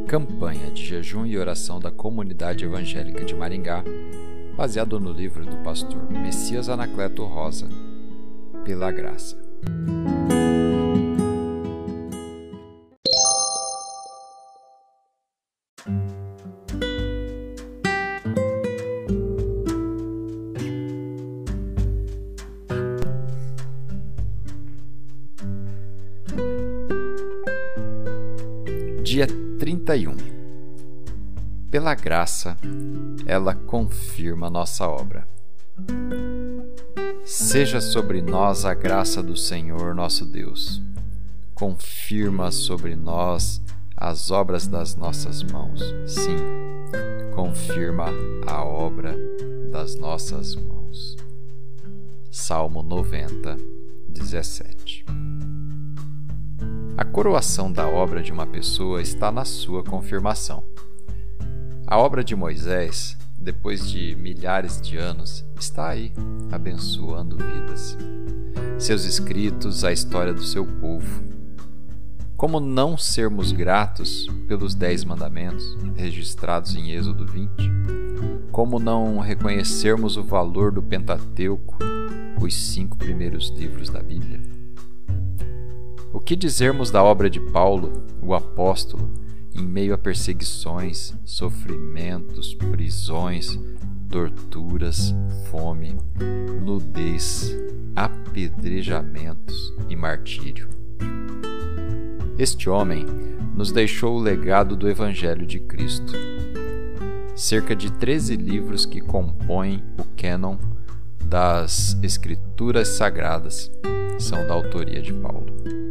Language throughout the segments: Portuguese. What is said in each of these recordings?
Campanha de jejum e oração da Comunidade Evangélica de Maringá, baseado no livro do pastor Messias Anacleto Rosa, Pela Graça. Dia 31. Pela graça, ela confirma nossa obra. Seja sobre nós a graça do Senhor nosso Deus. Confirma sobre nós as obras das nossas mãos. Sim, confirma a obra das nossas mãos. Salmo 90, 17. A coroação da obra de uma pessoa está na sua confirmação. A obra de Moisés, depois de milhares de anos, está aí, abençoando vidas. Seus escritos, a história do seu povo. Como não sermos gratos pelos 10 mandamentos, registrados em Êxodo 20? Como não reconhecermos o valor do Pentateuco, os 5 primeiros livros da Bíblia? O que dizermos da obra de Paulo, o apóstolo, em meio a perseguições, sofrimentos, prisões, torturas, fome, nudez, apedrejamentos e martírio? Este homem nos deixou o legado do Evangelho de Cristo. Cerca de 13 livros que compõem o cânon das Escrituras Sagradas são da autoria de Paulo.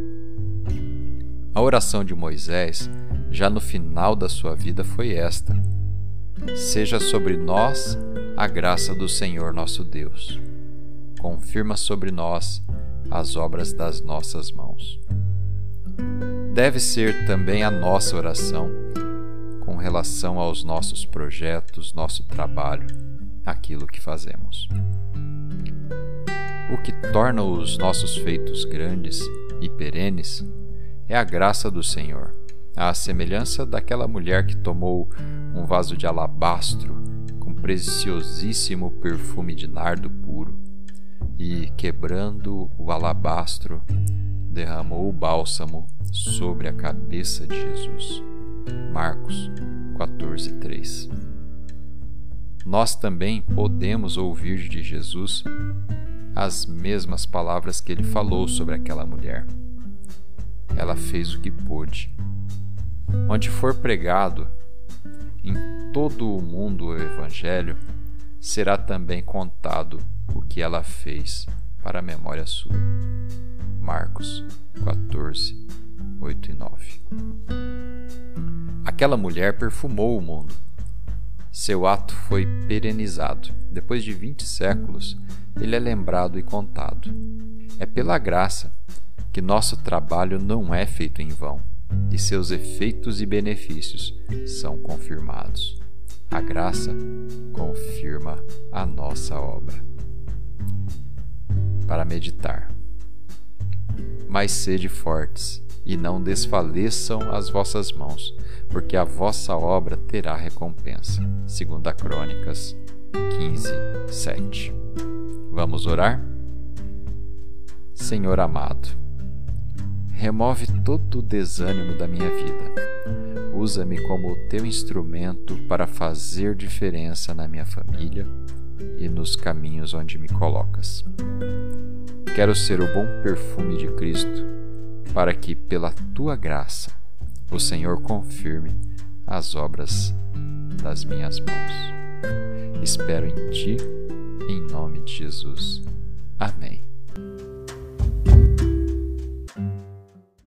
A oração de Moisés, já no final da sua vida, foi esta: seja sobre nós a graça do Senhor nosso Deus. Confirma sobre nós as obras das nossas mãos. Deve ser também a nossa oração com relação aos nossos projetos, nosso trabalho, aquilo que fazemos. O que torna os nossos feitos grandes e perenes é a graça do Senhor, à semelhança daquela mulher que tomou um vaso de alabastro com preciosíssimo perfume de nardo puro e, quebrando o alabastro, derramou o bálsamo sobre a cabeça de Jesus. Marcos 14:3. Nós também podemos ouvir de Jesus as mesmas palavras que ele falou sobre aquela mulher. Ela fez o que pôde. Onde for pregado em todo o mundo o Evangelho, será também contado o que ela fez para a memória sua. Marcos 14, 8 e 9. Aquela mulher perfumou o mundo. Seu ato foi perenizado. Depois de 20 séculos, ele é lembrado e contado. É pela graça que nosso trabalho não é feito em vão, e seus efeitos e benefícios são confirmados. A graça confirma a nossa obra. Para meditar. Mas sede fortes, e não desfaleçam as vossas mãos, porque a vossa obra terá recompensa. 2 Crônicas 15:7. Vamos orar? Senhor amado, remove todo o desânimo da minha vida. Usa-me como o teu instrumento para fazer diferença na minha família e nos caminhos onde me colocas. Quero ser o bom perfume de Cristo, para que, pela tua graça, o Senhor confirme as obras das minhas mãos. Espero em ti, em nome de Jesus. Amém.